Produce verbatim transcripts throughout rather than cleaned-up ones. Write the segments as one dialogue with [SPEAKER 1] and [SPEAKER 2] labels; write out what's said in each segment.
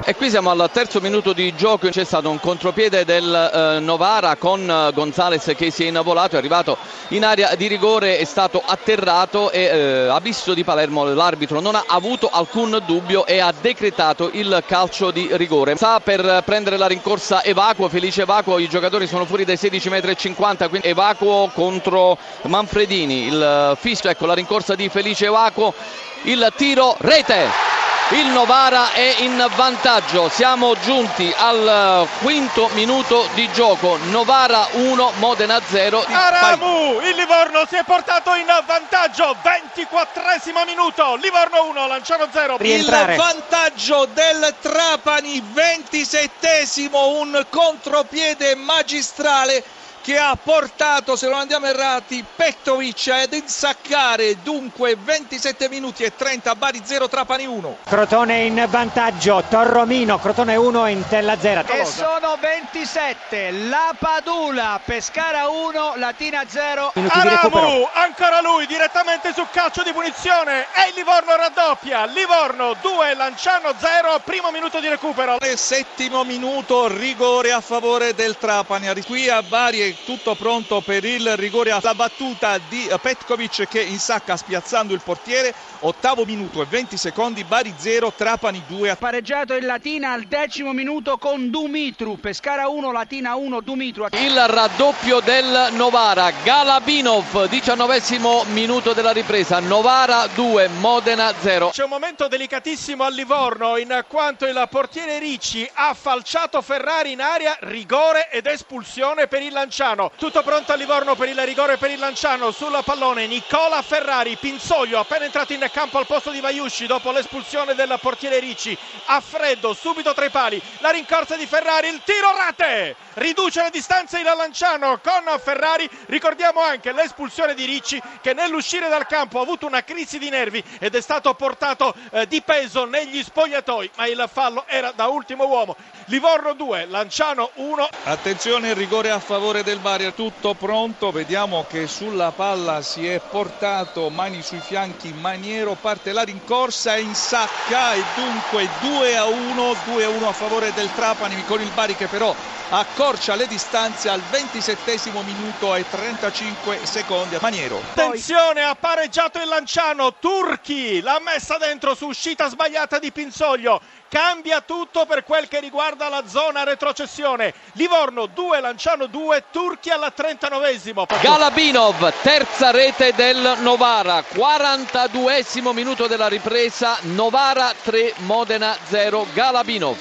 [SPEAKER 1] E qui siamo al terzo minuto di gioco, c'è stato un contropiede del eh, Novara con eh, Gonzales che si è innavolato, è arrivato in area di rigore, è stato atterrato e eh, ha visto di Palermo, l'arbitro non ha avuto alcun dubbio e ha decretato il calcio di rigore. Sta per prendere la rincorsa Evacuo, Felice Evacuo, i giocatori sono fuori dai sedici virgola cinquanta metri, quindi Evacuo contro Manfredini, il fischio, ecco la rincorsa di Felice Evacuo, il tiro, rete! Il Novara è in vantaggio, siamo giunti al quinto minuto di gioco, Novara uno, Modena zero.
[SPEAKER 2] Aramu, il Livorno si è portato in vantaggio, ventiquattresimo minuto, Livorno uno, Lanciano zero.
[SPEAKER 3] Rientrare. Il vantaggio del Trapani, ventisettesimo, un contropiede magistrale che ha portato, se non andiamo errati, Petkovic ad insaccare. Dunque ventisette minuti e trenta, Bari zero, Trapani uno.
[SPEAKER 4] Crotone in vantaggio, Torromino, Crotone uno, Entella zero.
[SPEAKER 5] E sono ventisette, La Padula, Pescara uno, Latina zero.
[SPEAKER 2] Aramu, ancora lui, direttamente su calcio di punizione e il Livorno raddoppia. Livorno due, Lanciano zero, primo minuto di recupero.
[SPEAKER 3] E settimo minuto, rigore a favore del Trapani. Qui a Bari è tutto pronto per il rigore alla battuta di Petkovic che insacca spiazzando il portiere. Ottavo minuto e venti secondi, Bari zero, Trapani due.
[SPEAKER 5] Pareggiato il Latina al decimo minuto con Dumitru, Pescara uno, Latina uno, Dumitru.
[SPEAKER 1] Il raddoppio del Novara, Galabinov, diciannovesimo minuto della ripresa, Novara due, Modena zero.
[SPEAKER 2] C'è un momento delicatissimo al Livorno in quanto il portiere Ricci ha falciato Ferrari in area, rigore ed espulsione per il Lanciano. Tutto pronto a Livorno per il rigore per il Lanciano, sul pallone Nicola Ferrari, Pinzoglio appena entrato in campo al posto di Vaiusci dopo l'espulsione del portiere Ricci, a freddo subito tra i pali, la rincorsa di Ferrari, il tiro, rete, riduce le distanze il Lanciano con Ferrari. Ricordiamo anche l'espulsione di Ricci che nell'uscire dal campo ha avuto una crisi di nervi ed è stato portato eh, di peso negli spogliatoi, ma il fallo era da ultimo uomo. Livorno due, Lanciano uno.
[SPEAKER 3] Attenzione, il rigore a favore del Bari, tutto pronto, vediamo che sulla palla si è portato, mani sui fianchi, Maniero, parte la rincorsa e insacca e dunque due a uno, due a uno a favore del Trapani con il Bari che però accorcia le distanze al ventisettesimo minuto e trentacinque secondi. Maniero.
[SPEAKER 2] Attenzione, ha pareggiato il Lanciano, Turchi l'ha messa dentro su uscita sbagliata di Pinzoglio. Cambia tutto per quel che riguarda la zona retrocessione. Livorno due, Lanciano due, Turchi alla trentanovesimo.
[SPEAKER 1] Galabinov, terza rete del Novara, quarantaduesimo minuto della ripresa, Novara tre, Modena zero, Galabinov.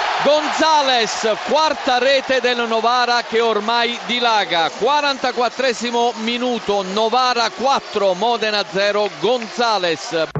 [SPEAKER 1] Gonzales, quarta rete del Novara che ormai dilaga, quarantaquattresimo minuto, Novara quattro, Modena zero, Gonzales.